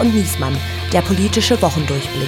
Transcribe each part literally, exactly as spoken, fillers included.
und Niesmann, der politische Wochendurchblick.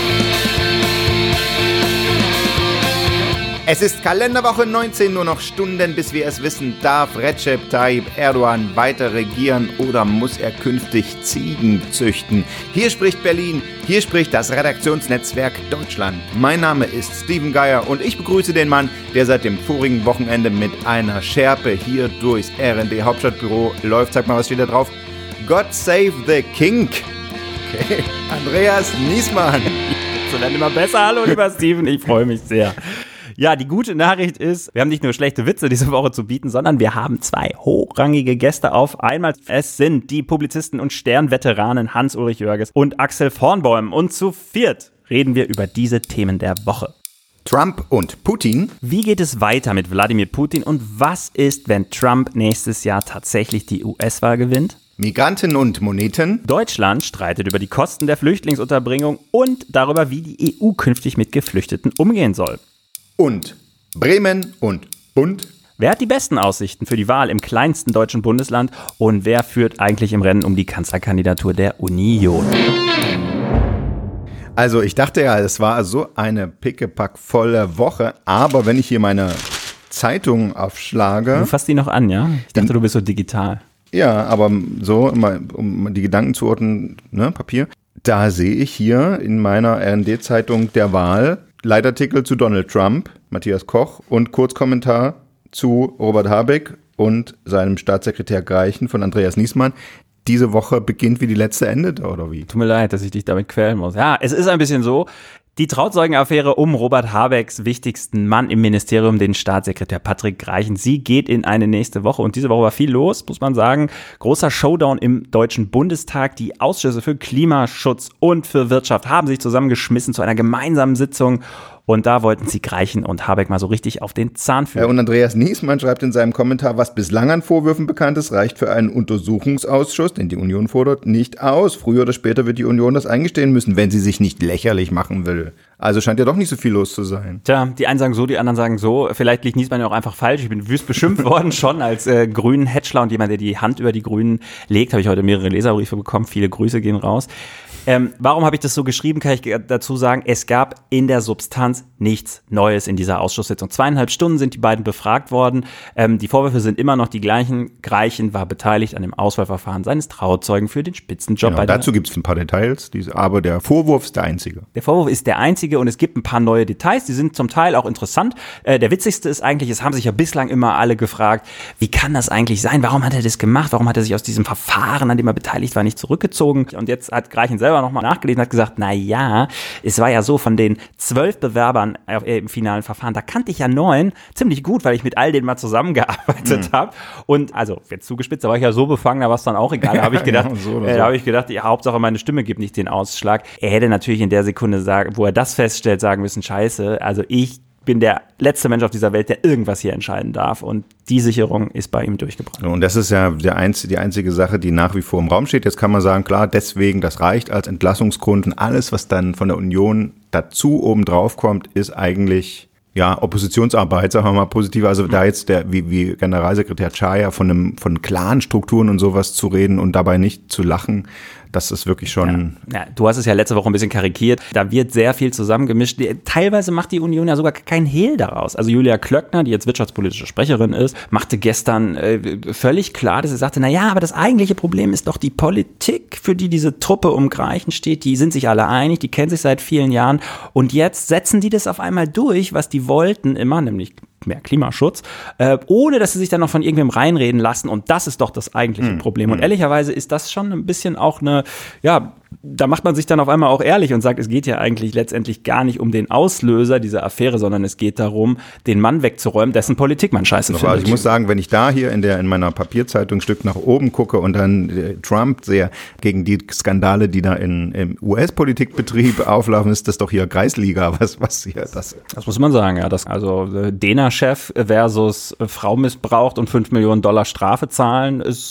Es ist Kalenderwoche neunzehn, nur noch Stunden, bis wir es wissen. Darf Recep Tayyip Erdogan weiter regieren oder muss er künftig Ziegen züchten? Hier spricht Berlin, hier spricht das Redaktionsnetzwerk Deutschland. Mein Name ist Steven Geier und ich begrüße den Mann, der seit dem vorigen Wochenende mit einer Schärpe hier durchs R and D Hauptstadtbüro läuft. Sag mal, was steht da drauf? God save the King. Okay, Andreas Niesmann. So werden immer besser. Hallo, lieber Steven, ich freue mich sehr. Ja, die gute Nachricht ist, wir haben nicht nur schlechte Witze diese Woche zu bieten, sondern wir haben zwei hochrangige Gäste auf einmal. Es sind die Publizisten und Stern-Veteranen Hans-Ulrich Jörges und Axel Vornbäum. Und zu viert reden wir über diese Themen der Woche. Trump und Putin. Wie geht es weiter mit Wladimir Putin und was ist, wenn Trump nächstes Jahr tatsächlich die U S-Wahl gewinnt? Migranten und Moneten. Deutschland streitet über die Kosten der Flüchtlingsunterbringung und darüber, wie die E U künftig mit Geflüchteten umgehen soll. Und Bremen und Bund. Wer hat die besten Aussichten für die Wahl im kleinsten deutschen Bundesland und wer führt eigentlich im Rennen um die Kanzlerkandidatur der Union? Also ich dachte ja, es war so eine pickepackvolle Woche, aber wenn ich hier meine Zeitung aufschlage... Du fasst die noch an, ja? Ich dachte, du bist so digital. Ja, aber so, um die Gedanken zu ordnen, ne, Papier. Da sehe ich hier in meiner R and D-Zeitung der Wahl Leitartikel zu Donald Trump, Matthias Koch und Kurzkommentar zu Robert Habeck und seinem Staatssekretär Greichen von Andreas Niesmann. Diese Woche beginnt, wie die letzte endet, oder wie? Tut mir leid, dass ich dich damit quälen muss. Ja, es ist ein bisschen so. Die Trauzeugenaffäre um Robert Habecks wichtigsten Mann im Ministerium, den Staatssekretär Patrick Greichen, sie geht in eine nächste Woche und diese Woche war viel los, muss man sagen. Großer Showdown im Deutschen Bundestag. Die Ausschüsse für Klimaschutz und für Wirtschaft haben sich zusammengeschmissen zu einer gemeinsamen Sitzung. Und da wollten sie Greichen und Habeck mal so richtig auf den Zahn fühlen. Ja, und Andreas Niesmann schreibt in seinem Kommentar, was bislang an Vorwürfen bekannt ist, reicht für einen Untersuchungsausschuss, den die Union fordert, nicht aus. Früher oder später wird die Union das eingestehen müssen, wenn sie sich nicht lächerlich machen will. Also scheint ja doch nicht so viel los zu sein. Tja, die einen sagen so, die anderen sagen so. Vielleicht liegt Niesmann ja auch einfach falsch. Ich bin wüst beschimpft worden schon als äh, grünen Hedgeler und jemand, der die Hand über die Grünen legt. Habe ich heute mehrere Leserbriefe bekommen. Viele Grüße gehen raus. Ähm, warum habe ich das so geschrieben, kann ich dazu sagen, es gab in der Substanz nichts Neues in dieser Ausschusssitzung. Zweieinhalb Stunden sind die beiden befragt worden. Ähm, die Vorwürfe sind immer noch die gleichen. Greichen war beteiligt an dem Auswahlverfahren seines Trauzeugen für den Spitzenjob. Genau, bei dazu gibt es ein paar Details, aber der Vorwurf ist der einzige. Der Vorwurf ist der einzige und es gibt ein paar neue Details, die sind zum Teil auch interessant. Äh, der witzigste ist eigentlich, es haben sich ja bislang immer alle gefragt, wie kann das eigentlich sein? Warum hat er das gemacht? Warum hat er sich aus diesem Verfahren, an dem er beteiligt war, nicht zurückgezogen? Und jetzt hat Greichen selber nochmal nachgelesen und hat gesagt, na ja, es war ja so, von den zwölf Bewerbern im finalen Verfahren, da kannte ich ja neun ziemlich gut, weil ich mit all denen mal zusammengearbeitet mhm. habe. Und also, jetzt zugespitzt, da war ich ja so befangen, da war es dann auch egal. Da habe ich gedacht, ja, so äh, da habe ich gedacht, die Hauptsache meine Stimme gibt nicht den Ausschlag. Er hätte natürlich in der Sekunde, sagen, wo er das feststellt, sagen müssen, scheiße, also ich bin der letzte Mensch auf dieser Welt, der irgendwas hier entscheiden darf. Und die Sicherung ist bei ihm durchgebrannt. Und das ist ja der einzige, die einzige Sache, die nach wie vor im Raum steht. Jetzt kann man sagen, klar, deswegen, das reicht als Entlassungsgrund. Und alles, was dann von der Union dazu obendrauf kommt, ist eigentlich ja Oppositionsarbeit, sagen wir mal positiv. Also da jetzt der wie, wie Generalsekretär Chaya von einem von Clan-Strukturen und sowas zu reden und dabei nicht zu lachen, das ist wirklich schon... Ja, ja, du hast es ja letzte Woche ein bisschen karikiert. Da wird sehr viel zusammengemischt. Teilweise macht die Union ja sogar keinen Hehl daraus. Also Julia Klöckner, die jetzt wirtschaftspolitische Sprecherin ist, machte gestern äh, völlig klar, dass sie sagte, na ja, aber das eigentliche Problem ist doch die Politik, für die diese Truppe um Greichen steht. Die sind sich alle einig, die kennen sich seit vielen Jahren. Und jetzt setzen die das auf einmal durch, was die wollten immer, nämlich mehr Klimaschutz, äh, ohne dass sie sich dann noch von irgendwem reinreden lassen. Und das ist doch das eigentliche mm, Problem. Und mm. ehrlicherweise ist das schon ein bisschen auch eine, ja, da macht man sich dann auf einmal auch ehrlich und sagt, es geht ja eigentlich letztendlich gar nicht um den Auslöser dieser Affäre, sondern es geht darum, den Mann wegzuräumen, dessen Politik man scheiße findet. Also ich muss sagen, wenn ich da hier in der in meiner Papierzeitung ein Stück nach oben gucke und dann äh, Trump sehr gegen die Skandale, die da in, im U S-Politikbetrieb auflaufen, ist das doch hier Kreisliga, was, was hier das. Das muss man sagen, ja. Das, also äh, D E N A-Chef versus äh, Frau missbraucht und fünf Millionen Dollar Strafe zahlen, ist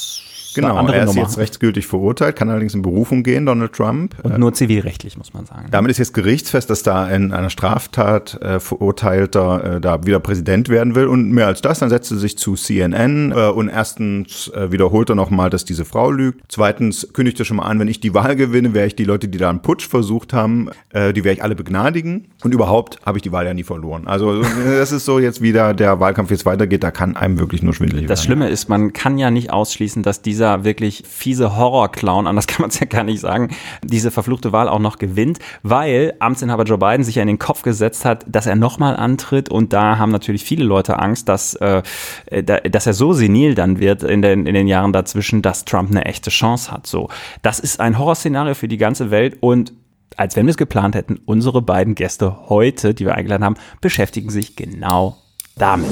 Genau, er ist Nummer. jetzt rechtsgültig verurteilt, kann allerdings in Berufung gehen, Donald Trump. Und nur zivilrechtlich, muss man sagen. Damit ist jetzt gerichtsfest, dass da in einer Straftat äh, Verurteilter äh, da wieder Präsident werden will. Und mehr als das, dann setzt er sich zu C N N äh, und erstens äh, wiederholt er nochmal, dass diese Frau lügt. Zweitens kündigt er schon mal an, wenn ich die Wahl gewinne, werde ich die Leute, die da einen Putsch versucht haben, äh, die werde ich alle begnadigen. Und überhaupt habe ich die Wahl ja nie verloren. Also das ist so jetzt wieder, der Wahlkampf jetzt weitergeht, da kann einem wirklich nur schwindelig werden. Das Schlimme ist, man kann ja nicht ausschließen, dass dieser wirklich fiese Horrorclown, anders kann man es ja gar nicht sagen, diese verfluchte Wahl auch noch gewinnt, weil Amtsinhaber Joe Biden sich ja in den Kopf gesetzt hat, dass er nochmal antritt, und da haben natürlich viele Leute Angst, dass, äh, dass er so senil dann wird in den, in den Jahren dazwischen, dass Trump eine echte Chance hat. So, das ist ein Horrorszenario für die ganze Welt, und als wenn wir es geplant hätten, unsere beiden Gäste heute, die wir eingeladen haben, beschäftigen sich genau damit.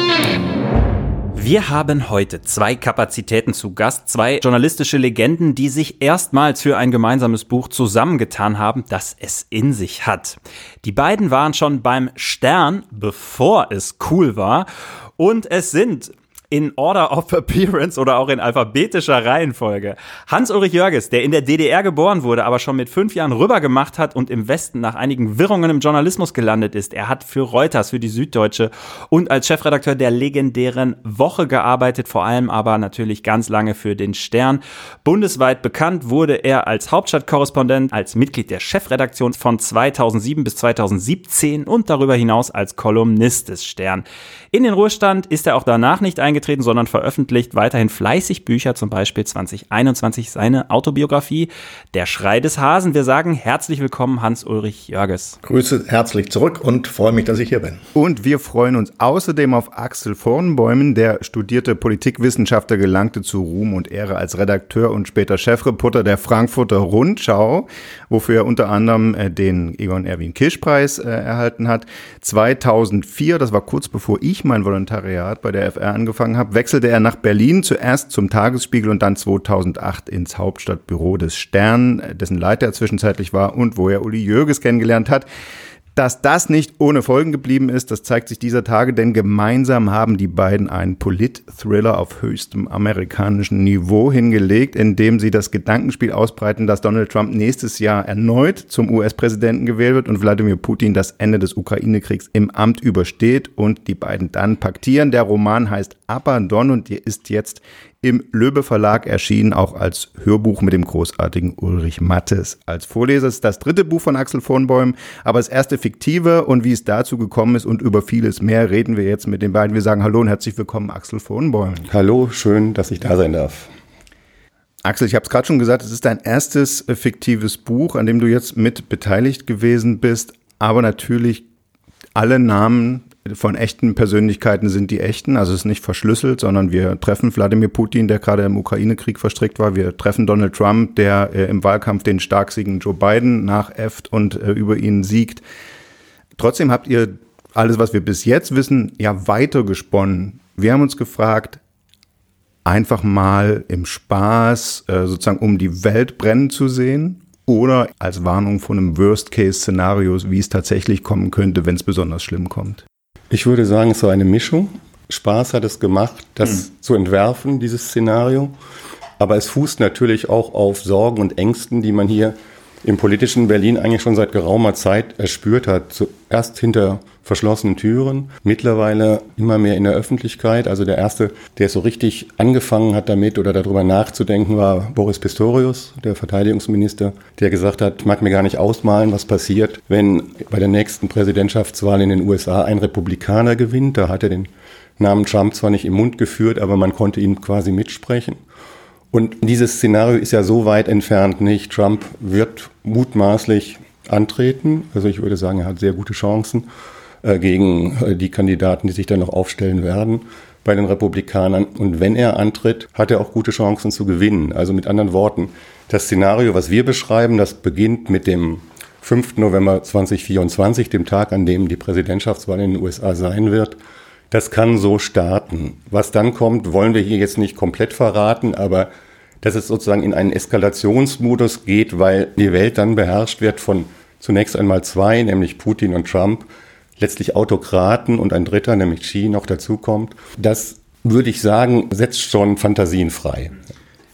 Wir haben heute zwei Kapazitäten zu Gast, zwei journalistische Legenden, die sich erstmals für ein gemeinsames Buch zusammengetan haben, das es in sich hat. Die beiden waren schon beim Stern, bevor es cool war, und es sind in Order of Appearance oder auch in alphabetischer Reihenfolge Hans-Ulrich Jörges, der in der D D R geboren wurde, aber schon mit fünf Jahren rüber gemacht hat und im Westen nach einigen Wirrungen im Journalismus gelandet ist. Er hat für Reuters, für die Süddeutsche und als Chefredakteur der legendären Woche gearbeitet, vor allem aber natürlich ganz lange für den Stern. Bundesweit bekannt wurde er als Hauptstadtkorrespondent, als Mitglied der Chefredaktion von zweitausendsieben bis zweitausendsiebzehn und darüber hinaus als Kolumnist des Stern. In den Ruhestand ist er auch danach nicht eingetreten, sondern veröffentlicht weiterhin fleißig Bücher, zum Beispiel zwanzig einundzwanzig seine Autobiografie Der Schrei des Hasen. Wir sagen herzlich willkommen, Hans-Ulrich Jörges. Grüße herzlich zurück und freue mich, dass ich hier bin. Und wir freuen uns außerdem auf Axel Vornbäumen, der studierte Politikwissenschaftler, gelangte zu Ruhm und Ehre als Redakteur und später Chefreporter der Frankfurter Rundschau, wofür er unter anderem äh, den Egon Erwin Kisch-Preis äh, erhalten hat. zweitausendvier, das war kurz bevor ich mein Volontariat bei der F R angefangen habe, wechselte er nach Berlin, zuerst zum Tagesspiegel und dann zweitausendacht ins Hauptstadtbüro des Stern, dessen Leiter er zwischenzeitlich war und wo er Uli Jörges kennengelernt hat. Dass das nicht ohne Folgen geblieben ist, das zeigt sich dieser Tage, denn gemeinsam haben die beiden einen Polit-Thriller auf höchstem amerikanischen Niveau hingelegt, in dem sie das Gedankenspiel ausbreiten, dass Donald Trump nächstes Jahr erneut zum U S-Präsidenten gewählt wird und Wladimir Putin das Ende des Ukraine-Kriegs im Amt übersteht und die beiden dann paktieren. Der Roman heißt Abandon und ist jetzt im Löbe Verlag erschienen, auch als Hörbuch mit dem großartigen Ulrich Mattes als Vorleser. Es ist das dritte Buch von Axel Vornbäumen, aber das erste fiktive, und wie es dazu gekommen ist und über vieles mehr reden wir jetzt mit den beiden. Wir sagen Hallo und herzlich willkommen, Axel Vornbäumen. Hallo, schön, dass ich da sein darf. Axel, ich habe es gerade schon gesagt, es ist dein erstes äh, fiktives Buch, an dem du jetzt mit beteiligt gewesen bist, aber natürlich alle Namen von echten Persönlichkeiten sind die echten, also es ist nicht verschlüsselt, sondern wir treffen Wladimir Putin, der gerade im Ukraine-Krieg verstrickt war, wir treffen Donald Trump, der äh, im Wahlkampf den starksiegen Joe Biden nachäfft und äh, über ihn siegt. Trotzdem habt ihr alles, was wir bis jetzt wissen, ja weitergesponnen. Wir haben uns gefragt, einfach mal im Spaß, äh, sozusagen um die Welt brennen zu sehen, oder als Warnung von einem Worst-Case-Szenario, wie es tatsächlich kommen könnte, wenn es besonders schlimm kommt. Ich würde sagen, es ist so eine Mischung. Spaß hat es gemacht, das hm. zu entwerfen, dieses Szenario. Aber es fußt natürlich auch auf Sorgen und Ängsten, die man hier im politischen Berlin eigentlich schon seit geraumer Zeit erspürt hat. Zuerst hinter verschlossenen Türen, mittlerweile immer mehr in der Öffentlichkeit. Also der erste, der so richtig angefangen hat damit oder darüber nachzudenken, war Boris Pistorius, der Verteidigungsminister, der gesagt hat, mag mir gar nicht ausmalen, was passiert, wenn bei der nächsten Präsidentschaftswahl in den U S A ein Republikaner gewinnt. Da hat er den Namen Trump zwar nicht im Mund geführt, aber man konnte ihn quasi mitsprechen. Und dieses Szenario ist ja so weit entfernt nicht. Trump wird mutmaßlich antreten. Also ich würde sagen, er hat sehr gute Chancen äh, gegen äh, die Kandidaten, die sich dann noch aufstellen werden bei den Republikanern. Und wenn er antritt, hat er auch gute Chancen zu gewinnen. Also mit anderen Worten, das Szenario, was wir beschreiben, das beginnt mit dem fünften November zweitausendvierundzwanzig, dem Tag, an dem die Präsidentschaftswahl in den U S A sein wird. Das kann so starten. Was dann kommt, wollen wir hier jetzt nicht komplett verraten, aber dass es sozusagen in einen Eskalationsmodus geht, weil die Welt dann beherrscht wird von zunächst einmal zwei, nämlich Putin und Trump, letztlich Autokraten und ein dritter, nämlich Xi, noch dazukommt. Das, würde ich sagen, setzt schon Fantasien frei.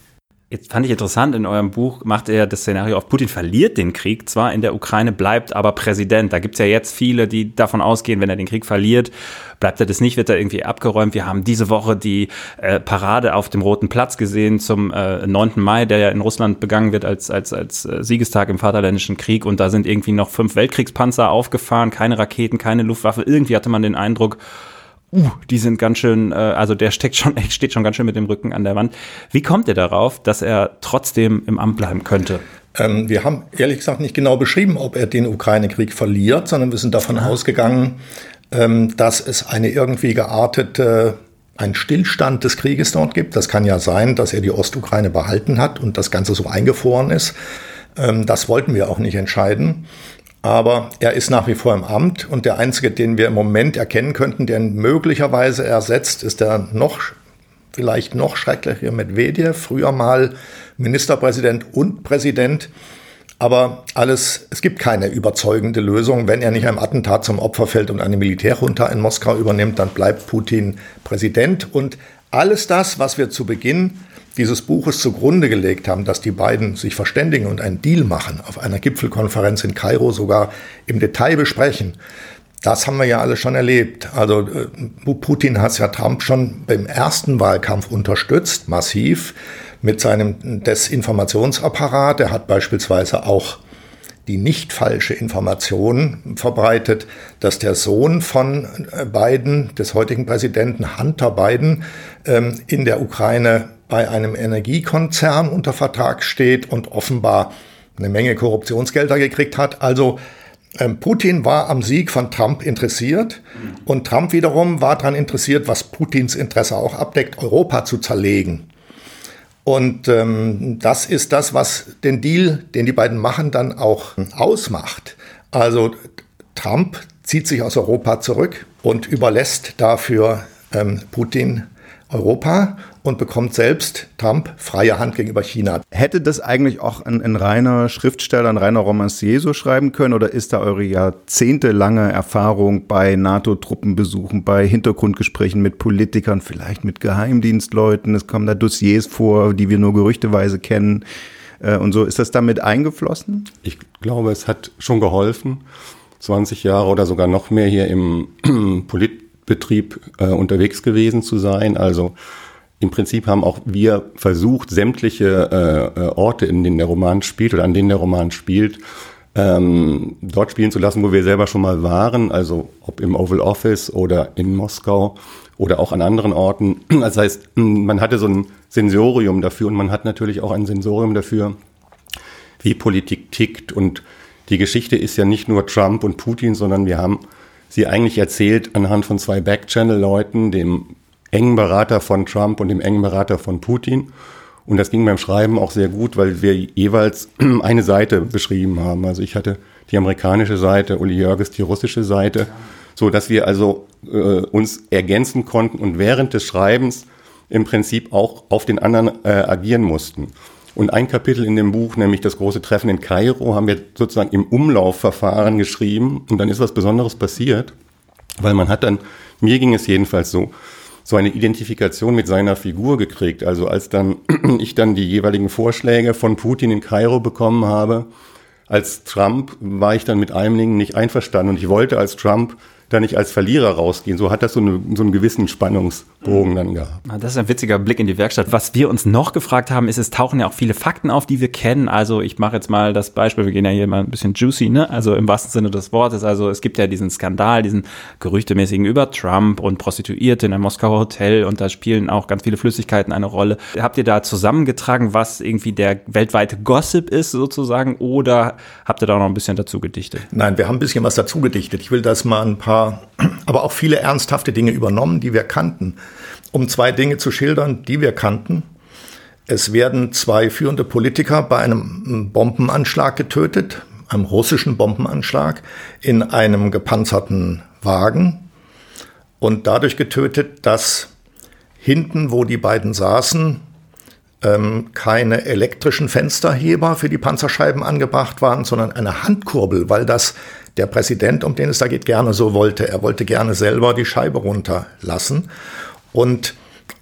Jetzt fand ich interessant, in eurem Buch macht er das Szenario auf, Putin verliert den Krieg zwar in der Ukraine, bleibt aber Präsident. Da gibt's ja jetzt viele, die davon ausgehen, wenn er den Krieg verliert, bleibt er das nicht, wird er irgendwie abgeräumt. Wir haben diese Woche die äh, Parade auf dem Roten Platz gesehen zum äh, neunten Mai, der ja in Russland begangen wird als, als, als äh, Siegestag im Vaterländischen Krieg. Und da sind irgendwie noch fünf Weltkriegspanzer aufgefahren, keine Raketen, keine Luftwaffe. Irgendwie hatte man den Eindruck, Uh, die sind ganz schön, äh, also der steckt schon, steht schon ganz schön mit dem Rücken an der Wand. Wie kommt ihr darauf, dass er trotzdem im Amt bleiben könnte? Ähm, wir haben ehrlich gesagt nicht genau beschrieben, ob er den Ukraine-Krieg verliert, sondern wir sind davon ah. ausgegangen, ähm, dass es eine irgendwie geartete, einen Stillstand des Krieges dort gibt. Das kann ja sein, dass er die Ostukraine behalten hat und das Ganze so eingefroren ist. Ähm, das wollten wir auch nicht entscheiden. Aber er ist nach wie vor im Amt und der einzige, den wir im Moment erkennen könnten, der ihn möglicherweise ersetzt, ist der noch, vielleicht noch schrecklichere Medvedev, früher mal Ministerpräsident und Präsident. Aber alles, es gibt keine überzeugende Lösung. Wenn er nicht einem Attentat zum Opfer fällt und eine Militärjunta in Moskau übernimmt, dann bleibt Putin Präsident. Und alles das, was wir zu Beginn dieses Buches zugrunde gelegt haben, dass die beiden sich verständigen und einen Deal machen, auf einer Gipfelkonferenz in Kairo sogar im Detail besprechen, das haben wir ja alle schon erlebt. Also äh, Putin hat ja Trump schon beim ersten Wahlkampf unterstützt, massiv, mit seinem Desinformationsapparat. Er hat beispielsweise auch die nicht falsche Information verbreitet, dass der Sohn von Biden, des heutigen Präsidenten Hunter Biden, ähm, in der Ukraine bei einem Energiekonzern unter Vertrag steht und offenbar eine Menge Korruptionsgelder gekriegt hat. Also ähm, Putin war am Sieg von Trump interessiert und Trump wiederum war daran interessiert, was Putins Interesse auch abdeckt, Europa zu zerlegen. Und ähm, das ist das, was den Deal, den die beiden machen, dann auch ausmacht. Also Trump zieht sich aus Europa zurück und überlässt dafür ähm, Putin Europa und bekommt selbst, Trump, freie Hand gegenüber China. Hätte das eigentlich auch ein, ein reiner Schriftsteller, ein reiner Romancier so schreiben können oder ist da eure jahrzehntelange Erfahrung bei NATO-Truppenbesuchen, bei Hintergrundgesprächen mit Politikern, vielleicht mit Geheimdienstleuten, es kommen da Dossiers vor, die wir nur gerüchteweise kennen äh, und so, ist das damit eingeflossen? Ich glaube, es hat schon geholfen, zwanzig Jahre oder sogar noch mehr hier im Polit Betrieb äh, unterwegs gewesen zu sein. Also im Prinzip haben auch wir versucht, sämtliche äh, Orte, in denen der Roman spielt oder an denen der Roman spielt, ähm, dort spielen zu lassen, wo wir selber schon mal waren. Also ob im Oval Office oder in Moskau oder auch an anderen Orten. Das heißt, man hatte so ein Sensorium dafür und man hat natürlich auch ein Sensorium dafür, wie Politik tickt. Und die Geschichte ist ja nicht nur Trump und Putin, sondern wir haben sie eigentlich erzählt anhand von zwei Backchannel-Leuten, dem engen Berater von Trump und dem engen Berater von Putin. Und das ging beim Schreiben auch sehr gut, weil wir jeweils eine Seite beschrieben haben. Also ich hatte die amerikanische Seite, Uli Jörges die russische Seite, so dass wir also äh, uns ergänzen konnten und während des Schreibens im Prinzip auch auf den anderen äh, agieren mussten. Und ein Kapitel in dem Buch, nämlich das große Treffen in Kairo, haben wir sozusagen im Umlaufverfahren geschrieben. Und dann ist was Besonderes passiert, weil man hat dann, mir ging es jedenfalls so, so eine Identifikation mit seiner Figur gekriegt. Also als dann ich dann die jeweiligen Vorschläge von Putin in Kairo bekommen habe, als Trump war ich dann mit einigen nicht einverstanden. Und ich wollte als Trump da nicht als Verlierer rausgehen. So hat das so, eine, so einen gewissen Spannungsbogen dann gehabt. Das ist ein witziger Blick in die Werkstatt. Was wir uns noch gefragt haben, ist, es tauchen ja auch viele Fakten auf, die wir kennen. Also ich mache jetzt mal das Beispiel, wir gehen ja hier mal ein bisschen juicy, ne? Also im wahrsten Sinne des Wortes. Also es gibt ja diesen Skandal, diesen gerüchtemäßigen über Trump und Prostituierte in einem Moskauer Hotel und da spielen auch ganz viele Flüssigkeiten eine Rolle. Habt ihr da zusammengetragen, was irgendwie der weltweite Gossip ist sozusagen oder habt ihr da noch ein bisschen dazu gedichtet? Nein, wir haben ein bisschen was dazu gedichtet. Ich will das mal ein paar aber auch viele ernsthafte Dinge übernommen, die wir kannten, um zwei Dinge zu schildern, die wir kannten. Es werden zwei führende Politiker bei einem Bombenanschlag getötet, einem russischen Bombenanschlag, in einem gepanzerten Wagen und dadurch getötet, dass hinten, wo die beiden saßen, ähm, keine elektrischen Fensterheber für die Panzerscheiben angebracht waren, sondern eine Handkurbel, weil das der Präsident, um den es da geht, gerne so wollte. Er wollte gerne selber die Scheibe runterlassen. Und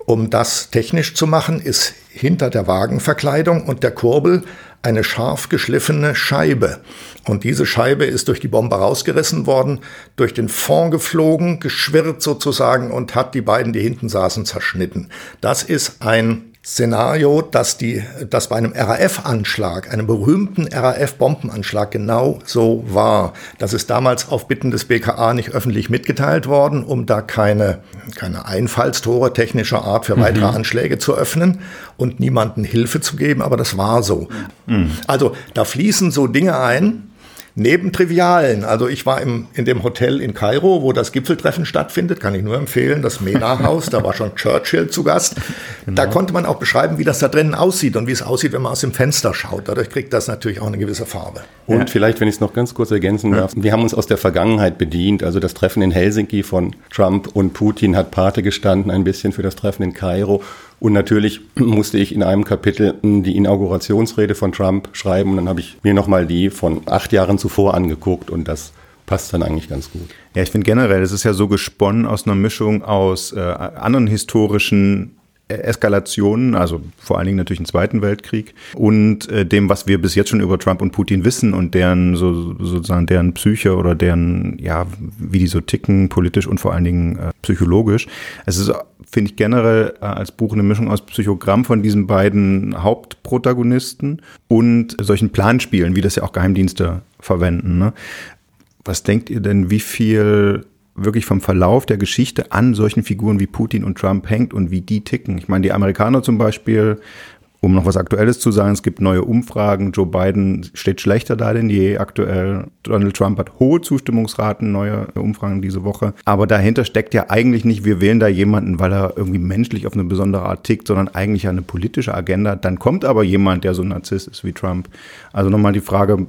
Um das technisch zu machen, ist hinter der Wagenverkleidung und der Kurbel eine scharf geschliffene Scheibe. Und diese Scheibe ist durch die Bombe rausgerissen worden, durch den Fond geflogen, geschwirrt sozusagen und hat die beiden, die hinten saßen, zerschnitten. Das ist ein Szenario, dass die, dass bei einem R A F-Anschlag, einem berühmten R A F-Bombenanschlag genau so war. Das ist damals auf Bitten des B K A nicht öffentlich mitgeteilt worden, um da keine, keine Einfallstore technischer Art für weitere mhm. Anschläge zu öffnen und niemanden Hilfe zu geben, aber das war so. Mhm. Also da fließen so Dinge ein, neben Trivialen. Also ich war im, in dem Hotel in Kairo, wo das Gipfeltreffen stattfindet, kann ich nur empfehlen, das Mena-Haus, da war schon Churchill zu Gast. Genau. Da konnte man auch beschreiben, wie das da drinnen aussieht und wie es aussieht, wenn man aus dem Fenster schaut. Dadurch kriegt das natürlich auch eine gewisse Farbe. Und ja. vielleicht, wenn ich es noch ganz kurz ergänzen darf, ja. wir haben uns aus der Vergangenheit bedient. Also das Treffen in Helsinki von Trump und Putin hat Pate gestanden, ein bisschen für das Treffen in Kairo. Und natürlich musste ich in einem Kapitel die Inaugurationsrede von Trump schreiben. Und dann habe ich mir nochmal die von acht Jahren zuvor angeguckt. Und das passt dann eigentlich ganz gut. Ja, ich finde generell, es ist ja so gesponnen aus einer Mischung aus äh, anderen historischen Eskalationen, also vor allen Dingen natürlich im Zweiten Weltkrieg und äh, dem, was wir bis jetzt schon über Trump und Putin wissen und deren so, sozusagen deren Psyche oder deren, ja, wie die so ticken, politisch und vor allen Dingen äh, psychologisch. Es ist, finde ich, generell äh, als Buch eine Mischung aus Psychogramm von diesen beiden Hauptprotagonisten und solchen Planspielen, wie das ja auch Geheimdienste verwenden. Ne? Was denkt ihr denn, wie viel wirklich vom Verlauf der Geschichte an solchen Figuren wie Putin und Trump hängt und wie die ticken? Ich meine, die Amerikaner zum Beispiel, um noch was Aktuelles zu sagen, es gibt neue Umfragen, Joe Biden steht schlechter da denn je aktuell, Donald Trump hat hohe Zustimmungsraten, neue Umfragen diese Woche, aber dahinter steckt ja eigentlich nicht, wir wählen da jemanden, weil er irgendwie menschlich auf eine besondere Art tickt, sondern eigentlich eine politische Agenda. Dann kommt aber jemand, der so ein Narzisst ist wie Trump. Also nochmal die Frage,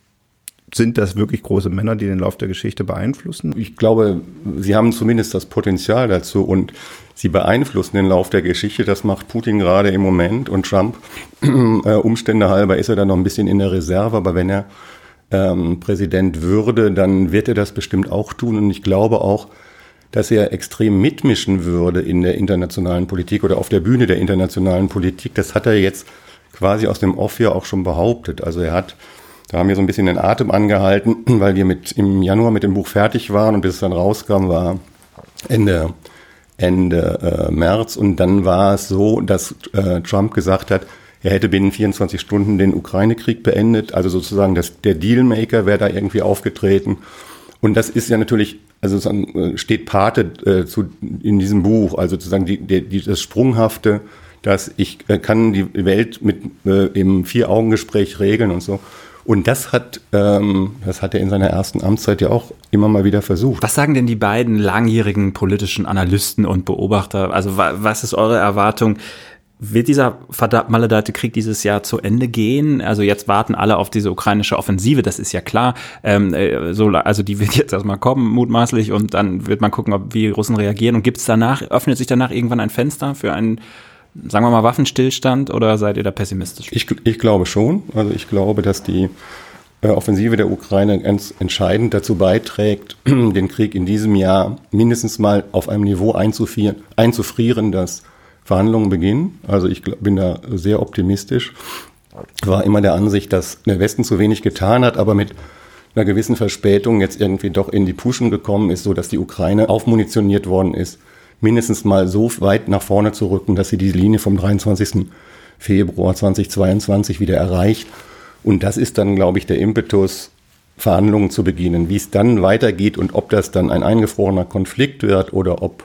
sind das wirklich große Männer, die den Lauf der Geschichte beeinflussen? Ich glaube, sie haben zumindest das Potenzial dazu und sie beeinflussen den Lauf der Geschichte. Das macht Putin gerade im Moment und Trump. Äh, Umstände halber ist er da noch ein bisschen in der Reserve, aber wenn er ähm, Präsident würde, dann wird er das bestimmt auch tun. Und ich glaube auch, dass er extrem mitmischen würde in der internationalen Politik oder auf der Bühne der internationalen Politik. Das hat er jetzt quasi aus dem Off ja auch schon behauptet. Also er hat Da haben wir so ein bisschen den Atem angehalten, weil wir mit im Januar mit dem Buch fertig waren und bis es dann rauskam, war Ende, Ende äh, März. Und dann war es so, dass äh, Trump gesagt hat, er hätte binnen vierundzwanzig Stunden den Ukraine-Krieg beendet. Also sozusagen das, der Dealmaker wäre da irgendwie aufgetreten. Und das ist ja natürlich, also sozusagen steht Pate äh, zu, in diesem Buch, also sozusagen die, die, das Sprunghafte, dass ich äh, kann die Welt mit äh, im Vier-Augen-Gespräch regeln und so. Und das hat, ähm, das hat er in seiner ersten Amtszeit ja auch immer mal wieder versucht. Was sagen denn die beiden langjährigen politischen Analysten und Beobachter? Also was ist eure Erwartung? Wird dieser verdammt maledeite Krieg dieses Jahr zu Ende gehen? Also jetzt warten alle auf diese ukrainische Offensive, das ist ja klar. Ähm, so, also die wird jetzt erstmal kommen, mutmaßlich, und dann wird man gucken, ob wie die Russen reagieren. Und gibt es danach, öffnet sich danach irgendwann ein Fenster für einen, sagen wir mal, Waffenstillstand, oder seid ihr da pessimistisch? Ich, ich glaube schon. Also ich glaube, dass die äh, Offensive der Ukraine ganz entscheidend dazu beiträgt, den Krieg in diesem Jahr mindestens mal auf einem Niveau einzufrieren, einzufrieren, dass Verhandlungen beginnen. Also ich bin da sehr optimistisch. War immer der Ansicht, dass der Westen zu wenig getan hat, aber mit einer gewissen Verspätung jetzt irgendwie doch in die Puschen gekommen ist, so dass die Ukraine aufmunitioniert worden ist, mindestens mal so weit nach vorne zu rücken, dass sie die Linie vom dreiundzwanzigsten Februar zweitausendzweiundzwanzig wieder erreicht. Und das ist dann, glaube ich, der Impetus, Verhandlungen zu beginnen. Wie es dann weitergeht und ob das dann ein eingefrorener Konflikt wird oder ob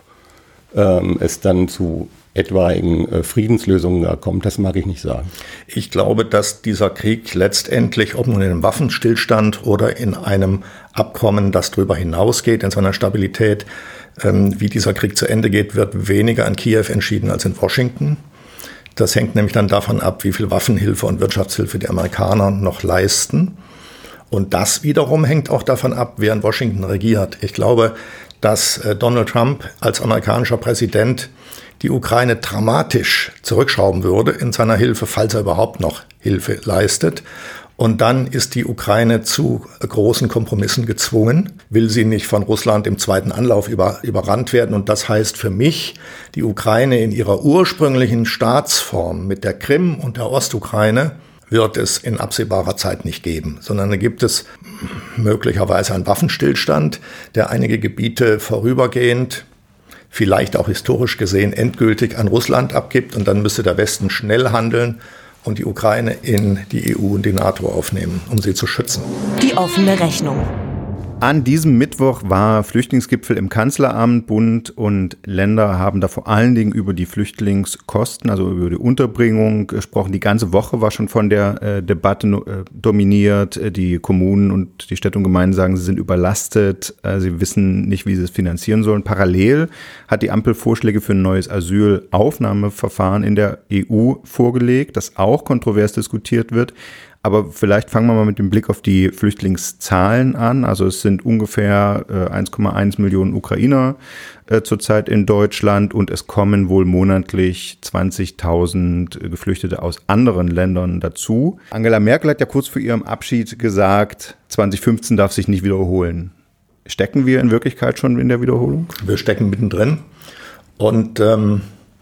ähm, es dann zu etwaigen äh, Friedenslösungen da kommt, das mag ich nicht sagen. Ich glaube, dass dieser Krieg letztendlich, ob nun in einem Waffenstillstand oder in einem Abkommen, das darüber hinausgeht, in seiner Stabilität, ähm, wie dieser Krieg zu Ende geht, wird weniger in Kiew entschieden als in Washington. Das hängt nämlich dann davon ab, wie viel Waffenhilfe und Wirtschaftshilfe die Amerikaner noch leisten. Und das wiederum hängt auch davon ab, wer in Washington regiert. Ich glaube, dass äh, Donald Trump als amerikanischer Präsident die Ukraine dramatisch zurückschrauben würde in seiner Hilfe, falls er überhaupt noch Hilfe leistet. Und dann ist die Ukraine zu großen Kompromissen gezwungen, will sie nicht von Russland im zweiten Anlauf über, überrannt werden. Und das heißt für mich, die Ukraine in ihrer ursprünglichen Staatsform mit der Krim und der Ostukraine wird es in absehbarer Zeit nicht geben, sondern da gibt es möglicherweise einen Waffenstillstand, der einige Gebiete vorübergehend, vielleicht auch historisch gesehen, endgültig an Russland abgibt. Und dann müsste der Westen schnell handeln und die Ukraine in die E U und die NATO aufnehmen, um sie zu schützen. Die offene Rechnung. An diesem Mittwoch war Flüchtlingsgipfel im Kanzleramt. Bund und Länder haben da vor allen Dingen über die Flüchtlingskosten, also über die Unterbringung gesprochen. Die ganze Woche war schon von der äh, Debatte äh, dominiert. Die Kommunen und die Städte und Gemeinden sagen, sie sind überlastet. Äh, sie wissen nicht, wie sie es finanzieren sollen. Parallel hat die Ampel Vorschläge für ein neues Asylaufnahmeverfahren in der E U vorgelegt, das auch kontrovers diskutiert wird. Aber vielleicht fangen wir mal mit dem Blick auf die Flüchtlingszahlen an. Also es sind ungefähr äh, eins Komma eins Millionen Ukrainer äh, zurzeit in Deutschland und es kommen wohl monatlich zwanzigtausend Geflüchtete aus anderen Ländern dazu. Angela Merkel hat ja kurz vor ihrem Abschied gesagt, zwanzig fünfzehn darf sich nicht wiederholen. Stecken wir in Wirklichkeit schon in der Wiederholung? Wir stecken mittendrin und ähm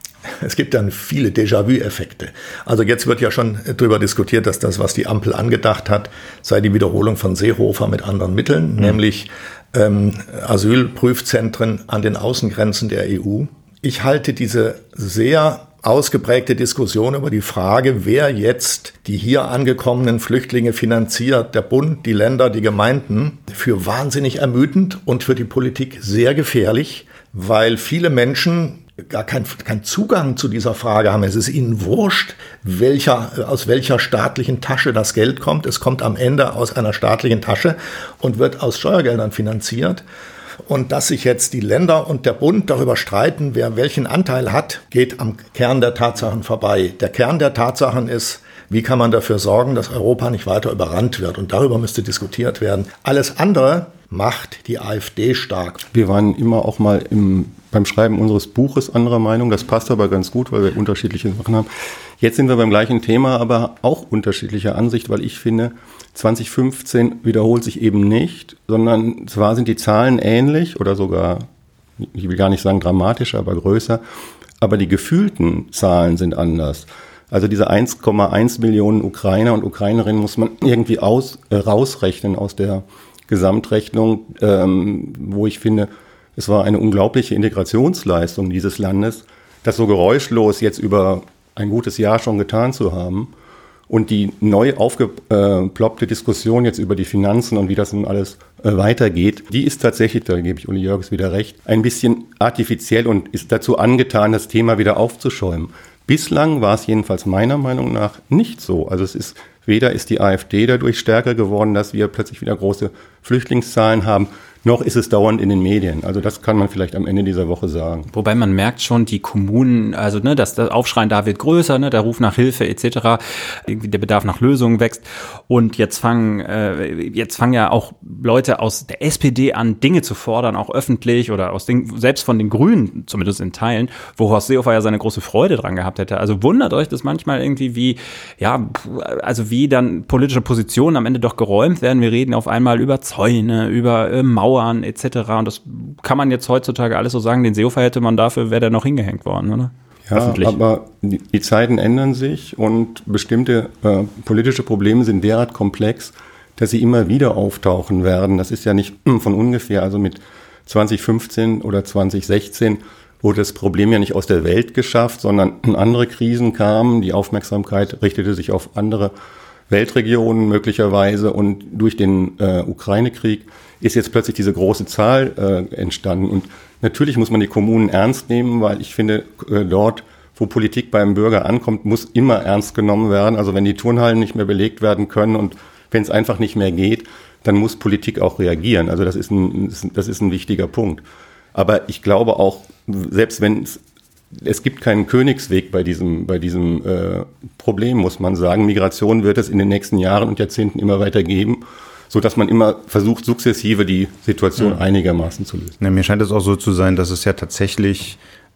es gibt dann viele Déjà-vu-Effekte. Also jetzt wird ja schon darüber diskutiert, dass das, was die Ampel angedacht hat, sei die Wiederholung von Seehofer mit anderen Mitteln, mhm. nämlich ähm, Asylprüfzentren an den Außengrenzen der E U. Ich halte diese sehr ausgeprägte Diskussion über die Frage, wer jetzt die hier angekommenen Flüchtlinge finanziert, der Bund, die Länder, die Gemeinden, für wahnsinnig ermüdend und für die Politik sehr gefährlich, weil viele Menschen gar keinen kein Zugang zu dieser Frage haben. Es ist ihnen wurscht, welcher, aus welcher staatlichen Tasche das Geld kommt. Es kommt am Ende aus einer staatlichen Tasche und wird aus Steuergeldern finanziert. Und dass sich jetzt die Länder und der Bund darüber streiten, wer welchen Anteil hat, geht am Kern der Tatsachen vorbei. Der Kern der Tatsachen ist, wie kann man dafür sorgen, dass Europa nicht weiter überrannt wird? Und darüber müsste diskutiert werden. Alles andere macht die AfD stark. Wir waren immer auch mal im, beim Schreiben unseres Buches anderer Meinung. Das passt aber ganz gut, weil wir unterschiedliche Sachen haben. Jetzt sind wir beim gleichen Thema, aber auch unterschiedlicher Ansicht, weil ich finde, zwanzig fünfzehn wiederholt sich eben nicht, sondern zwar sind die Zahlen ähnlich oder sogar, ich will gar nicht sagen dramatischer, aber größer, aber die gefühlten Zahlen sind anders. Also diese eins Komma eins Millionen Ukrainer und Ukrainerinnen muss man irgendwie aus, äh, rausrechnen aus der Gesamtrechnung, ähm, wo ich finde, es war eine unglaubliche Integrationsleistung dieses Landes, das so geräuschlos jetzt über ein gutes Jahr schon getan zu haben. Und die neu aufgeploppte Diskussion jetzt über die Finanzen und wie das nun alles äh, weitergeht, die ist tatsächlich, da gebe ich Uli Jörges wieder recht, ein bisschen artifiziell und ist dazu angetan, das Thema wieder aufzuschäumen. Bislang war es jedenfalls meiner Meinung nach nicht so. Also es ist, weder ist die AfD dadurch stärker geworden, dass wir plötzlich wieder große Flüchtlingszahlen haben, noch ist es dauernd in den Medien. Also das kann man vielleicht am Ende dieser Woche sagen. Wobei man merkt schon, die Kommunen, also ne, dass das Aufschreien da wird größer, ne, der Ruf nach Hilfe et cetera, irgendwie der Bedarf nach Lösungen wächst. Und jetzt fangen äh, jetzt fangen ja auch Leute aus der S P D an, Dinge zu fordern, auch öffentlich oder aus den, selbst von den Grünen, zumindest in Teilen, wo Horst Seehofer ja seine große Freude dran gehabt hätte. Also wundert euch das manchmal irgendwie, wie ja, also wie dann politische Positionen am Ende doch geräumt werden. Wir reden auf einmal über Zäune, über äh, Mauern et cetera. Und das kann man jetzt heutzutage alles so sagen. Den Seehofer hätte man dafür, wäre der noch hingehängt worden, oder? Ja, öffentlich. Aber die, die Zeiten ändern sich und bestimmte äh, politische Probleme sind derart komplex, dass sie immer wieder auftauchen werden. Das ist ja nicht von ungefähr. Also mit zwanzig fünfzehn oder zwanzig sechzehn wurde das Problem ja nicht aus der Welt geschafft, sondern andere Krisen kamen. Die Aufmerksamkeit richtete sich auf andere Weltregionen möglicherweise und durch den äh, Ukraine-Krieg ist jetzt plötzlich diese große Zahl äh, entstanden. Und natürlich muss man die Kommunen ernst nehmen, weil ich finde, äh, dort, wo Politik beim Bürger ankommt, muss immer ernst genommen werden. Also wenn die Turnhallen nicht mehr belegt werden können und wenn es einfach nicht mehr geht, dann muss Politik auch reagieren. Also das ist ein, das ist ein wichtiger Punkt. Aber ich glaube auch, selbst wenn es Es gibt keinen Königsweg bei diesem, bei diesem äh, Problem, muss man sagen. Migration wird es in den nächsten Jahren und Jahrzehnten immer weiter geben, sodass man immer versucht, sukzessive die Situation ja. einigermaßen zu lösen. Ja, mir scheint es auch so zu sein, dass es ja tatsächlich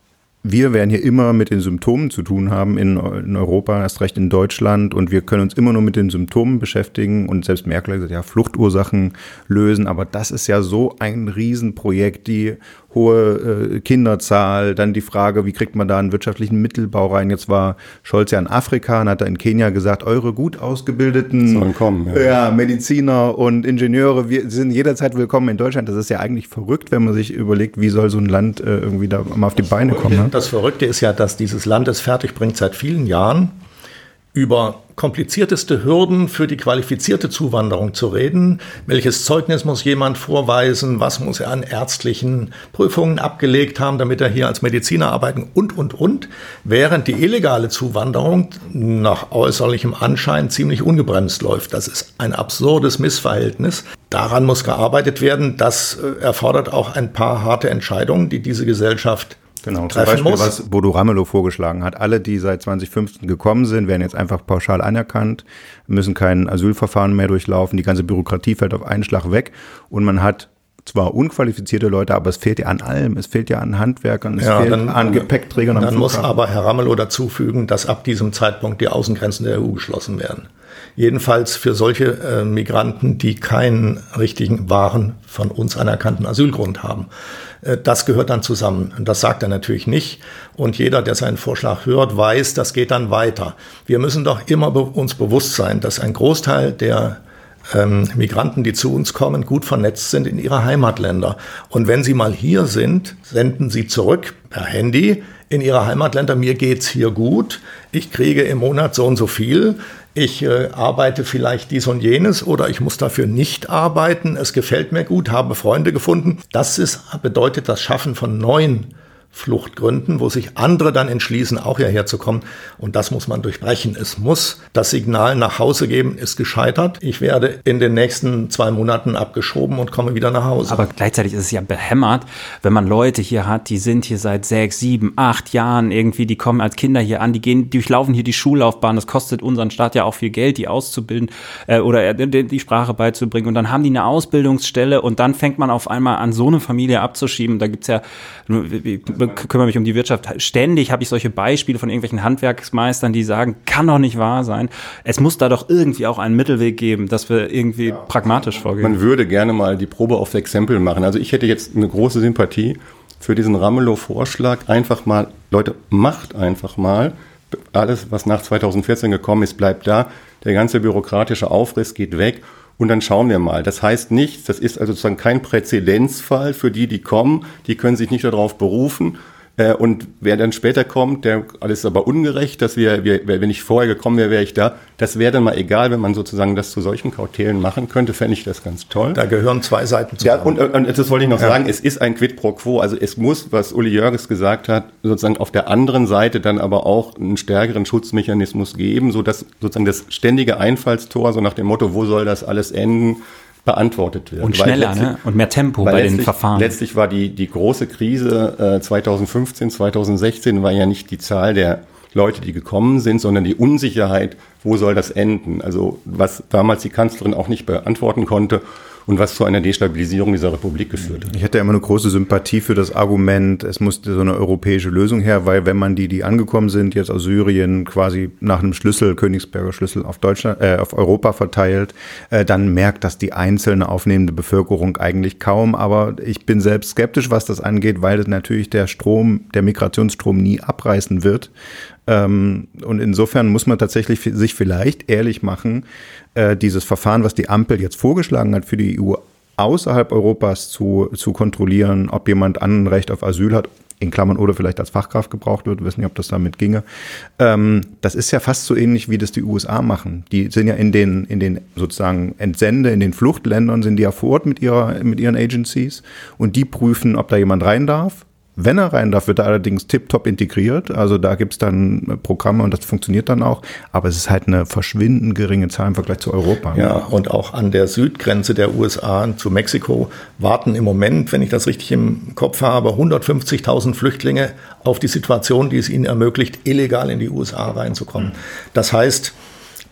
wir werden hier immer mit den Symptomen zu tun haben in, in Europa, erst recht in Deutschland, und wir können uns immer nur mit den Symptomen beschäftigen und selbst Merkel hat gesagt, ja, Fluchtursachen lösen, aber das ist ja so ein Riesenprojekt, die hohe äh, Kinderzahl, dann die Frage, wie kriegt man da einen wirtschaftlichen Mittelbau rein? Jetzt war Scholz ja in Afrika und hat da in Kenia gesagt, eure gut ausgebildeten sollen kommen, ja. Ja, Mediziner und Ingenieure, wir sind jederzeit willkommen in Deutschland. Das ist ja eigentlich verrückt, wenn man sich überlegt, wie soll so ein Land äh, irgendwie da mal auf die Beine kommen. Ne? Das Verrückte ist ja, dass dieses Land es fertig bringt, seit vielen Jahren über komplizierteste Hürden für die qualifizierte Zuwanderung zu reden. Welches Zeugnis muss jemand vorweisen? Was muss er an ärztlichen Prüfungen abgelegt haben, damit er hier als Mediziner arbeiten und, und, und. Während die illegale Zuwanderung nach äußerlichem Anschein ziemlich ungebremst läuft. Das ist ein absurdes Missverhältnis. Daran muss gearbeitet werden. Das erfordert auch ein paar harte Entscheidungen, die diese Gesellschaft Genau, zum Beispiel, muss. was Bodo Ramelow vorgeschlagen hat. Alle, die seit zwanzig fünfzehn gekommen sind, werden jetzt einfach pauschal anerkannt, müssen kein Asylverfahren mehr durchlaufen, die ganze Bürokratie fällt auf einen Schlag weg und man hat zwar unqualifizierte Leute, aber es fehlt ja an allem. Es fehlt ja an Handwerkern, es ja, fehlt dann, an Gepäckträgern. Dann muss aber Herr Ramelow dazu fügen, dass ab diesem Zeitpunkt die Außengrenzen der E U geschlossen werden. Jedenfalls für solche äh, Migranten, die keinen richtigen, wahren, von uns anerkannten Asylgrund haben. Äh, das gehört dann zusammen. Und das sagt er natürlich nicht. Und jeder, der seinen Vorschlag hört, weiß, das geht dann weiter. Wir müssen doch immer be- uns bewusst sein, dass ein Großteil der ähm, Migranten, die zu uns kommen, gut vernetzt sind in ihre Heimatländer. Und wenn sie mal hier sind, senden sie zurück per Handy in ihre Heimatländer, mir geht's hier gut, ich kriege im Monat so und so viel, ich äh, arbeite vielleicht dies und jenes oder ich muss dafür nicht arbeiten, es gefällt mir gut, habe Freunde gefunden. Das ist, bedeutet das Schaffen von neuen Fluchtgründen, wo sich andere dann entschließen, auch hierher zu kommen. Und das muss man durchbrechen. Es muss das Signal nach Hause geben, ist gescheitert. Ich werde in den nächsten zwei Monaten abgeschoben und komme wieder nach Hause. Aber gleichzeitig ist es ja behämmert, wenn man Leute hier hat, die sind hier seit sechs, sieben, acht Jahren irgendwie, die kommen als Kinder hier an, die gehen, durchlaufen hier die Schullaufbahn. Das kostet unseren Staat ja auch viel Geld, die auszubilden äh, oder die, die Sprache beizubringen. Und dann haben die eine Ausbildungsstelle und dann fängt man auf einmal an, so eine Familie abzuschieben. Da gibt's ja kümmere mich um die Wirtschaft. Ständig habe ich solche Beispiele von irgendwelchen Handwerksmeistern, die sagen, kann doch nicht wahr sein. Es muss da doch irgendwie auch einen Mittelweg geben, dass wir irgendwie ja. pragmatisch vorgehen. Man würde gerne mal die Probe aufs Exempel machen. Also ich hätte jetzt eine große Sympathie für diesen Ramelow-Vorschlag. Einfach mal, Leute, macht einfach mal. Alles, was nach zweitausendvierzehn gekommen ist, bleibt da. Der ganze bürokratische Aufriss geht weg. Und dann schauen wir mal. Das heißt nichts, das ist also sozusagen kein Präzedenzfall für die, die kommen. Die können sich nicht darauf berufen. Und wer dann später kommt, der alles ist aber ungerecht, dass wir, wir, wenn ich vorher gekommen wäre, wäre ich da. Das wäre dann mal egal, wenn man sozusagen das zu solchen Kautelen machen könnte, fände ich das ganz toll. Da gehören zwei Seiten zusammen. Ja, und, und das wollte ich noch ja. sagen, es ist ein Quid pro quo. Also es muss, was Uli Jörges gesagt hat, sozusagen auf der anderen Seite dann aber auch einen stärkeren Schutzmechanismus geben, sodass sozusagen das ständige Einfallstor, so nach dem Motto, wo soll das alles enden, beantwortet wird. Und schneller, ne? Und mehr Tempo bei den Verfahren. Letztlich war die, die große Krise äh, zweitausendfünfzehn, zweitausendsechzehn war ja nicht die Zahl der Leute, die gekommen sind, sondern die Unsicherheit, wo soll das enden? Also was damals die Kanzlerin auch nicht beantworten konnte und was zu einer Destabilisierung dieser Republik geführt hat. Ich hatte ja immer eine große Sympathie für das Argument, es musste so eine europäische Lösung her, weil wenn man die, die angekommen sind, jetzt aus Syrien quasi nach einem Schlüssel, Königsberger Schlüssel auf Deutschland, äh, auf Europa verteilt, äh, dann merkt das die einzelne aufnehmende Bevölkerung eigentlich kaum. Aber ich bin selbst skeptisch, was das angeht, weil das natürlich der Strom, der Migrationsstrom nie abreißen wird. Ähm, und insofern muss man tatsächlich sich vielleicht ehrlich machen, äh, dieses Verfahren, was die Ampel jetzt vorgeschlagen hat, für die E U außerhalb Europas zu, zu kontrollieren, ob jemand Anrecht auf Asyl hat, in Klammern oder vielleicht als Fachkraft gebraucht wird, wir wissen nicht, ob das damit ginge. Ähm, das ist ja fast so ähnlich, wie das die U S A machen. Die sind ja in den, in den sozusagen Entsende, in den Fluchtländern sind die ja vor Ort mit ihrer, mit ihren Agencies und die prüfen, ob da jemand rein darf. Wenn er rein darf, wird er allerdings tiptop integriert. Also da gibt's dann Programme und das funktioniert dann auch. Aber es ist halt eine verschwindend geringe Zahl im Vergleich zu Europa. Ja, und auch an der Südgrenze der U S A zu Mexiko warten im Moment, wenn ich das richtig im Kopf habe, hundertfünfzigtausend Flüchtlinge auf die Situation, die es ihnen ermöglicht, illegal in die U S A reinzukommen. Das heißt,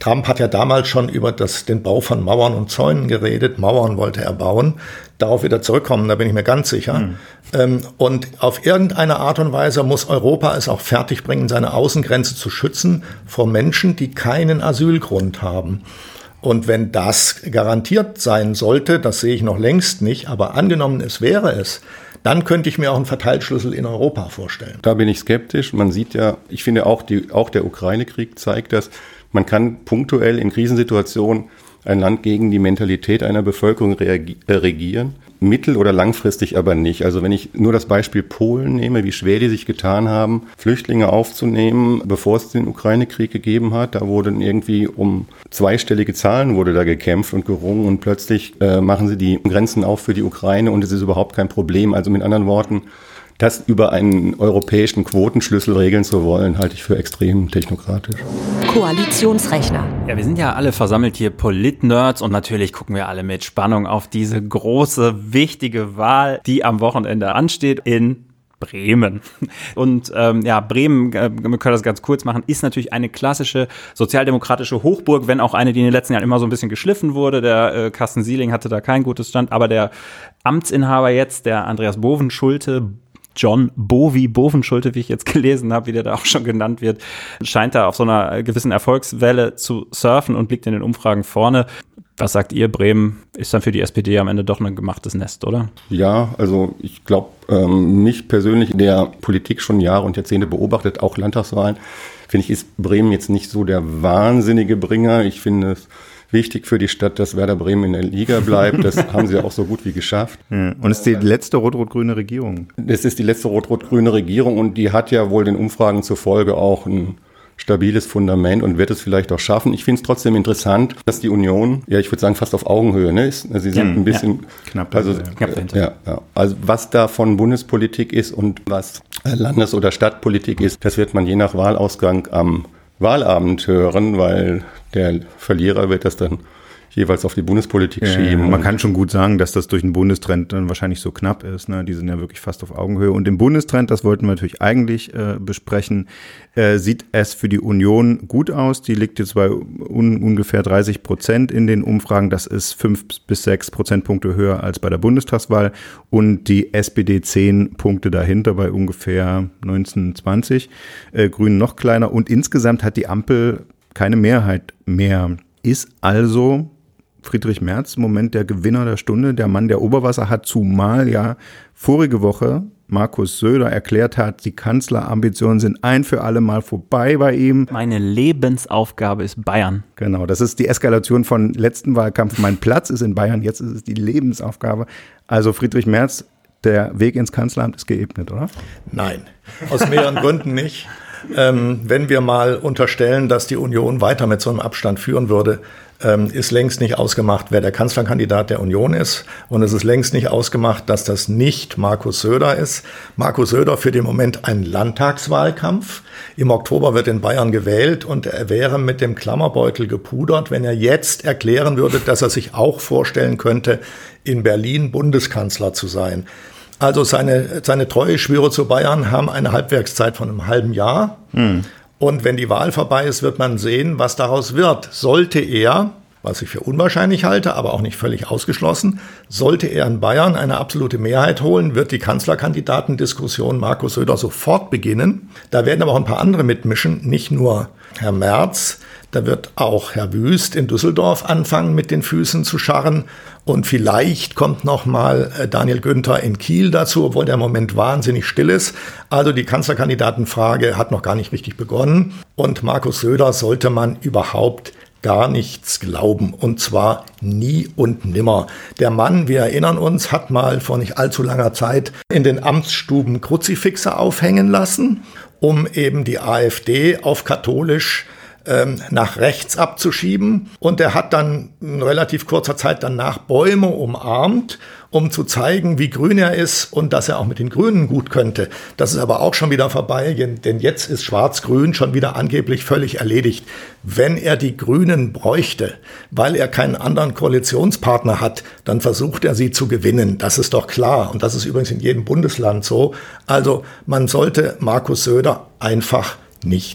Trump hat ja damals schon über das, den Bau von Mauern und Zäunen geredet. Mauern wollte er bauen. Darauf wieder zurückkommen, da bin ich mir ganz sicher. Mhm. Ähm, und auf irgendeine Art und Weise muss Europa es auch fertigbringen, seine Außengrenze zu schützen vor Menschen, die keinen Asylgrund haben. Und wenn das garantiert sein sollte, das sehe ich noch längst nicht, aber angenommen es wäre es, dann könnte ich mir auch einen Verteilschlüssel in Europa vorstellen. Da bin ich skeptisch. Man sieht ja, ich finde auch, die, auch der Ukraine-Krieg zeigt das, man kann punktuell in Krisensituationen ein Land gegen die Mentalität einer Bevölkerung reagi- äh, regieren, mittel- oder langfristig aber nicht. Also wenn ich nur das Beispiel Polen nehme, wie schwer die sich getan haben, Flüchtlinge aufzunehmen, bevor es den Ukraine-Krieg gegeben hat, da wurden irgendwie um zweistellige Zahlen wurde da gekämpft und gerungen und plötzlich äh, machen sie die Grenzen auf für die Ukraine und es ist überhaupt kein Problem. Also mit anderen Worten, das über einen europäischen Quotenschlüssel regeln zu wollen, halte ich für extrem technokratisch. Koalitionsrechner. Ja, wir sind ja alle versammelt hier Polit-Nerds und natürlich gucken wir alle mit Spannung auf diese große, wichtige Wahl, die am Wochenende ansteht in Bremen. Und ähm, ja, Bremen, äh, wir können das ganz kurz machen, ist natürlich eine klassische sozialdemokratische Hochburg, wenn auch eine, die in den letzten Jahren immer so ein bisschen geschliffen wurde. Der äh, Carsten Sieling hatte da kein gutes Stand, aber der Amtsinhaber jetzt, der Andreas Bovenschulte, John Bovi Bovenschulte, wie ich jetzt gelesen habe, wie der da auch schon genannt wird, scheint da auf so einer gewissen Erfolgswelle zu surfen und liegt in den Umfragen vorne. Was sagt ihr, Bremen ist dann für die S P D am Ende doch ein gemachtes Nest, oder? Ja, also ich glaube, ähm, mich persönlich, der Politik schon Jahre und Jahrzehnte beobachtet, auch Landtagswahlen, finde ich, ist Bremen jetzt nicht so der wahnsinnige Bringer. Ich finde es wichtig für die Stadt, dass Werder Bremen in der Liga bleibt. Das haben sie auch so gut wie geschafft. Ja, und es ist die letzte rot-rot-grüne Regierung. Das ist die letzte rot-rot-grüne Regierung und die hat ja wohl den Umfragen zufolge auch ein stabiles Fundament und wird es vielleicht auch schaffen. Ich finde es trotzdem interessant, dass die Union, ja, ich würde sagen, fast auf Augenhöhe, ne, ist. Sie sind ein bisschen ja, knapp, also, ja, knapp äh, ja, ja, also was da von Bundespolitik ist und was Landes- oder Stadtpolitik ist, das wird man je nach Wahlausgang am Wahlabend hören, weil der Verlierer wird das dann jeweils auf die Bundespolitik schieben. Ja, man kann schon gut sagen, dass das durch den Bundestrend dann wahrscheinlich so knapp ist. Ne? Die sind ja wirklich fast auf Augenhöhe. Und im Bundestrend, das wollten wir natürlich eigentlich äh, besprechen, äh, sieht es für die Union gut aus. Die liegt jetzt bei un- ungefähr dreißig Prozent in den Umfragen. Das ist fünf bis sechs Prozentpunkte höher als bei der Bundestagswahl. Und die S P D zehn Punkte dahinter bei ungefähr neunzehn, zwanzig. Äh, Grünen noch kleiner. Und insgesamt hat die Ampel keine Mehrheit mehr. Ist also Friedrich Merz im Moment der Gewinner der Stunde, der Mann, der Oberwasser hat, zumal ja vorige Woche Markus Söder erklärt hat, die Kanzlerambitionen sind ein für alle Mal vorbei bei ihm. Meine Lebensaufgabe ist Bayern. Genau, das ist die Eskalation von letzten Wahlkampf. Mein Platz ist in Bayern, jetzt ist es die Lebensaufgabe. Also Friedrich Merz, der Weg ins Kanzleramt ist geebnet, oder? Nein, aus mehreren Gründen nicht. Ähm, wenn wir mal unterstellen, dass die Union weiter mit so einem Abstand führen würde, ähm, ist längst nicht ausgemacht, wer der Kanzlerkandidat der Union ist. Und es ist längst nicht ausgemacht, dass das nicht Markus Söder ist. Markus Söder führt im Moment einen Landtagswahlkampf. Im Oktober wird in Bayern gewählt und er wäre mit dem Klammerbeutel gepudert, wenn er jetzt erklären würde, dass er sich auch vorstellen könnte, in Berlin Bundeskanzler zu sein. Also seine, seine Treueschwüre zu Bayern haben eine Halbwertszeit von einem halben Jahr. Hm. Und wenn die Wahl vorbei ist, wird man sehen, was daraus wird. Sollte er, was ich für unwahrscheinlich halte, aber auch nicht völlig ausgeschlossen, sollte er in Bayern eine absolute Mehrheit holen, wird die Kanzlerkandidatendiskussion Markus Söder sofort beginnen. Da werden aber auch ein paar andere mitmischen, nicht nur Herr Merz. Da wird auch Herr Wüst in Düsseldorf anfangen, mit den Füßen zu scharren. Und vielleicht kommt noch mal Daniel Günther in Kiel dazu, obwohl der im Moment wahnsinnig still ist. Also die Kanzlerkandidatenfrage hat noch gar nicht richtig begonnen. Und Markus Söder sollte man überhaupt gar nichts glauben. Und zwar nie und nimmer. Der Mann, wir erinnern uns, hat mal vor nicht allzu langer Zeit in den Amtsstuben Kruzifixe aufhängen lassen, um eben die AfD auf katholisch nach rechts abzuschieben. Und er hat dann in relativ kurzer Zeit danach Bäume umarmt, um zu zeigen, wie grün er ist und dass er auch mit den Grünen gut könnte. Das ist aber auch schon wieder vorbei, denn jetzt ist Schwarz-Grün schon wieder angeblich völlig erledigt. Wenn er die Grünen bräuchte, weil er keinen anderen Koalitionspartner hat, dann versucht er sie zu gewinnen. Das ist doch klar. Und das ist übrigens in jedem Bundesland so. Also man sollte Markus Söder einfach nichts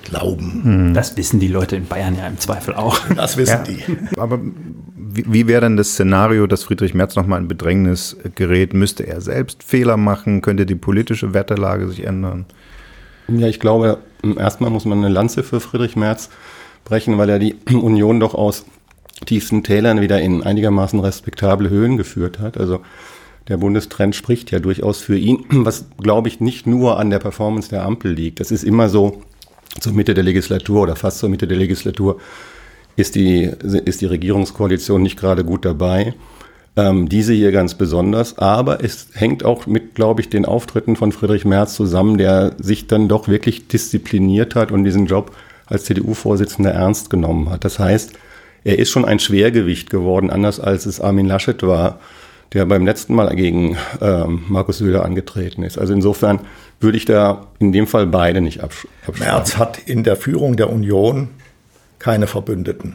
glauben. Das wissen die Leute in Bayern ja im Zweifel auch. Das wissen Ja. die. Aber wie, wie wäre denn das Szenario, dass Friedrich Merz nochmal in Bedrängnis gerät? Müsste er selbst Fehler machen? Könnte die politische Wetterlage sich ändern? Ja, ich glaube, erstmal muss man eine Lanze für Friedrich Merz brechen, weil er die Union doch aus tiefsten Tälern wieder in einigermaßen respektable Höhen geführt hat. Also der Bundestrend spricht ja durchaus für ihn, was, glaube ich, nicht nur an der Performance der Ampel liegt. Das ist immer so, zur Mitte der Legislatur oder fast zur Mitte der Legislatur ist die, ist die Regierungskoalition nicht gerade gut dabei. Ähm, diese hier ganz besonders. Aber es hängt auch mit, glaube ich, den Auftritten von Friedrich Merz zusammen, der sich dann doch wirklich diszipliniert hat und diesen Job als C D U-Vorsitzender ernst genommen hat. Das heißt, er ist schon ein Schwergewicht geworden, anders als es Armin Laschet war, der beim letzten Mal gegen ähm, Markus Söder angetreten ist. Also insofern würde ich da in dem Fall beide nicht absch- abschreiben. Merz hat in der Führung der Union keine Verbündeten.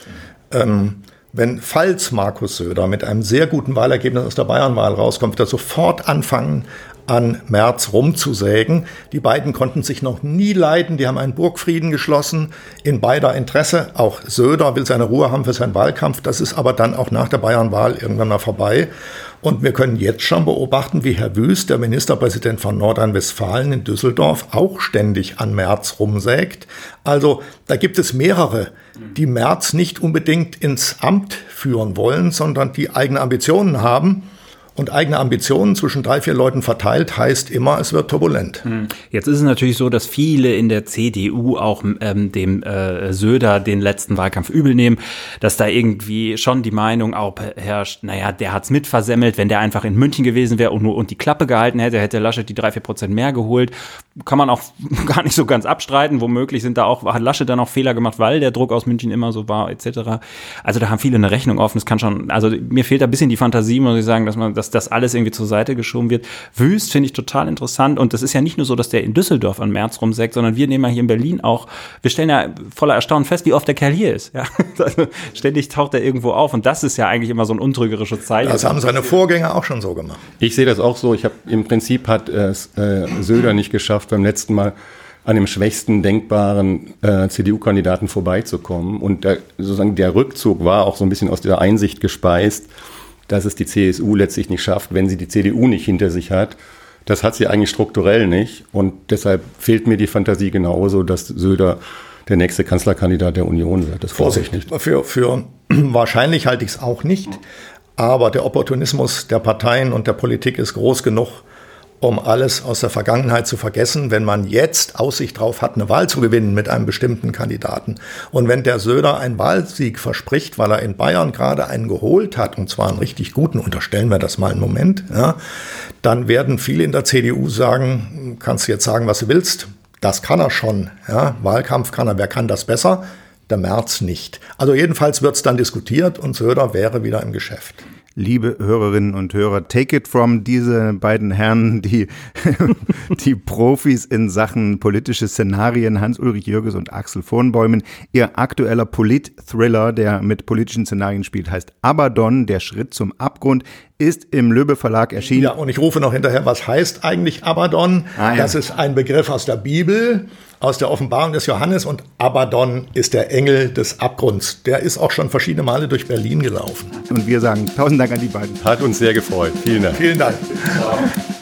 Ähm, wenn, falls Markus Söder mit einem sehr guten Wahlergebnis aus der Bayernwahl rauskommt, wird er sofort anfangen, an Merz rumzusägen. Die beiden konnten sich noch nie leiden, die haben einen Burgfrieden geschlossen, in beider Interesse. Auch Söder will seine Ruhe haben für seinen Wahlkampf, das ist aber dann auch nach der Bayernwahl irgendwann mal vorbei. Und wir können jetzt schon beobachten, wie Herr Wüst, der Ministerpräsident von Nordrhein-Westfalen in Düsseldorf, auch ständig an Merz rumsägt. Also da gibt es mehrere, die Merz nicht unbedingt ins Amt führen wollen, sondern die eigene Ambitionen haben. Und eigene Ambitionen zwischen drei, vier Leuten verteilt heißt immer, es wird turbulent. Jetzt ist es natürlich so, dass viele in der C D U auch ähm, dem äh, Söder den letzten Wahlkampf übel nehmen, dass da irgendwie schon die Meinung auch herrscht, naja, der hat's mitversemmelt, wenn der einfach in München gewesen wäre und nur und die Klappe gehalten hätte, hätte Laschet die drei, vier Prozent mehr geholt. Kann man auch gar nicht so ganz abstreiten. Womöglich sind da auch, hat Laschet dann auch Fehler gemacht, weil der Druck aus München immer so war, et cetera. Also da haben viele eine Rechnung offen. Es kann schon, also mir fehlt da ein bisschen die Fantasie, muss ich sagen, dass man, dass das alles irgendwie zur Seite geschoben wird. Wüst finde ich total interessant und das ist ja nicht nur so, dass der in Düsseldorf an Merz rumsägt, sondern wir nehmen ja hier in Berlin auch, wir stellen ja voller Erstaunen fest, wie oft der Kerl hier ist. Ja? Also ständig taucht er irgendwo auf und das ist ja eigentlich immer so ein untrügerisches Zeichen. Das haben seine Vorgänger auch schon so gemacht. Ich sehe das auch so. Ich habe im Prinzip hat es äh, Söder nicht geschafft, beim letzten Mal an dem schwächsten denkbaren äh, C D U-Kandidaten vorbeizukommen. Und der, sozusagen der Rückzug war auch so ein bisschen aus der Einsicht gespeist, dass es die C S U letztlich nicht schafft, wenn sie die C D U nicht hinter sich hat. Das hat sie eigentlich strukturell nicht. Und deshalb fehlt mir die Fantasie genauso, dass Söder der nächste Kanzlerkandidat der Union wird. Das Vorsicht, nicht. Für, für wahrscheinlich halte ich es auch nicht. Aber der Opportunismus der Parteien und der Politik ist groß genug, um alles aus der Vergangenheit zu vergessen, wenn man jetzt Aussicht drauf hat, eine Wahl zu gewinnen mit einem bestimmten Kandidaten. Und wenn der Söder einen Wahlsieg verspricht, weil er in Bayern gerade einen geholt hat, und zwar einen richtig guten, unterstellen wir das mal einen Moment, ja, dann werden viele in der C D U sagen, kannst du jetzt sagen, was du willst, das kann er schon. Ja, Wahlkampf kann er, wer kann das besser? Der Merz nicht. Also jedenfalls wird es dann diskutiert und Söder wäre wieder im Geschäft. Liebe Hörerinnen und Hörer, take it from diese beiden Herren, die, die Profis in Sachen politische Szenarien, Hans-Ulrich Jürges und Axel Vornbäumen. Ihr aktueller Polit-Thriller, der mit politischen Szenarien spielt, heißt Abaddon, der Schritt zum Abgrund, ist im Löbe Verlag erschienen. Ja, und ich rufe noch hinterher, was heißt eigentlich Abaddon? Ah, ja. Das ist ein Begriff aus der Bibel, aus der Offenbarung des Johannes, und Abaddon ist der Engel des Abgrunds. Der ist auch schon verschiedene Male durch Berlin gelaufen. Und wir sagen tausend Dank an die beiden. Hat uns sehr gefreut. Vielen Dank. Vielen Dank.